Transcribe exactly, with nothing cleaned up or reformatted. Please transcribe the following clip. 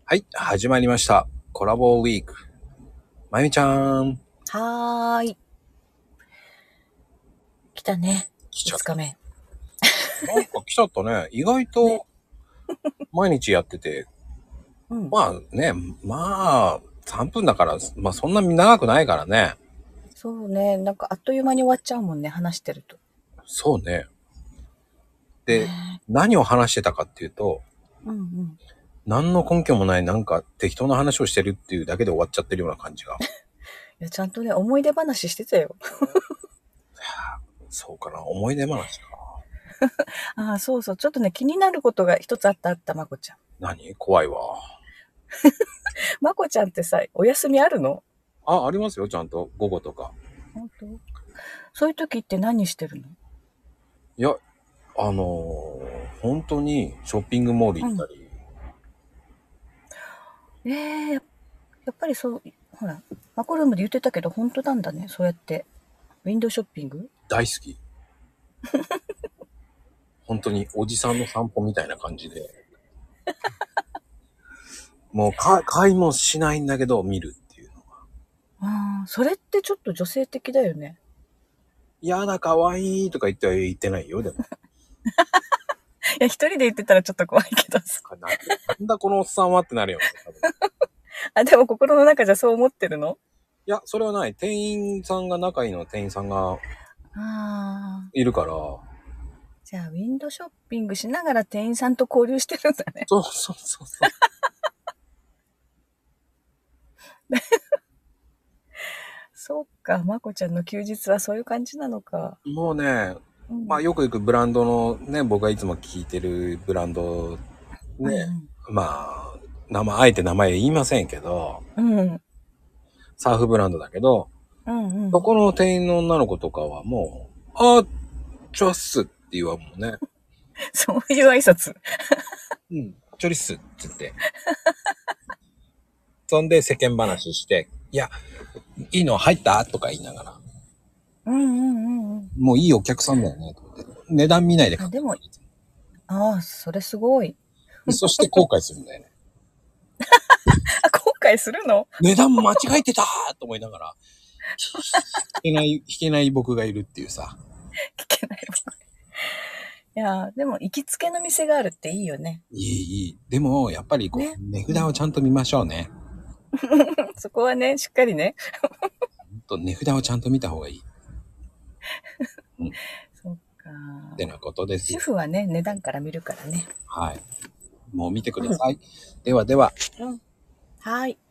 はい、始まりました。コラボウィーク。まゆみちゃん。 はーい。来たね。 来ちゃっ二日目。 た。なんか来ちゃったね。意外ね。 と毎日やってて。 うん。 まあね、まあ、さんぷんだから、まあそんなに長くないからね。 そうね。なんかあっという間に終わっちゃうもんね。話してると。 そうね。で、 ね。 何を話してたかっていうと、 うんうん。 何の根拠もないなんか適当な話をしてるっていうだけで終わっちゃってるような感じが。 いや、ちゃんとね、思い出話してたよ。 そうかな。思い出話か。 ああ、そうそう。ちょっとね、気になることが一つあったあった、まこちゃん。 何怖いわ。 まこちゃんってさ、お休みあるの？ あ、ありますよ。ちゃんと。午後とか。 本当？そういう時って何してるの？ いや、あのー本当にショッピングモールうん。 行ったり、 ええー、ややっぱりそう、ほら、マコルームで言ってたけど、本当なんだね。そうやって。ウィンドウショッピング？ 大好き。本当におじさんの散歩みたいな感じで、もうか買いもしないんだけど見るっていうのが。 ああ、それってちょっと女性的だよね。 やだ、可愛いとか言っては言ってないよ、でも。 いや、一人で言ってたらちょっと怖いけどさ。 なんだ、なんだこのおっさんはってなるよね、多分。 あ、でも心の中じゃそう思ってるの？ いや、それはない。店員さんが、仲いいの店員さんがああ。 いるから、 じゃあ、ウィンドウショッピングしながら店員さんと交流してるんだね。 そうそうそうそう。 そっか、まこちゃんの休日はそういう感じなのか。 もうね、 うん。 まあよく行くブランドのね、僕がいつも聞いてるブランドね、 うんまあ、名前、あえて名前言いませんけど、 うん。うん。 サーフブランドだけど、 うんうん。 そこの店員の女の子とかはもう、あ、チョッスって言うわもんね。 そういう挨拶。 うん、チョリッスって言って。そんで世間話して、いや、いいの入ったとか言いながら。 うんうんうんうん。 もういいお客さんだよね、と思って。値段見ないで買あ、 ってでも、ああ、それすごい。 でそして後悔するんだよね。 あ、後悔するの？ 値段間違えてたと思いながら、弾けない、弾けない僕がいるっていうさ。 聞けないわ。いや、でも行きつけの店があるっていいよね。 いい、いい。でも、やっぱりこう、 ね。 値札をうん。 ちゃんと見ましょうね。 そこはね、しっかりね。 ほんと値札をちゃんと見た方がいい。うん。っそっか。 てなことですよ。 主婦はね、値段から見るからね。 はい。もう見てくだうん。 さい。ではでは。 うん。はい。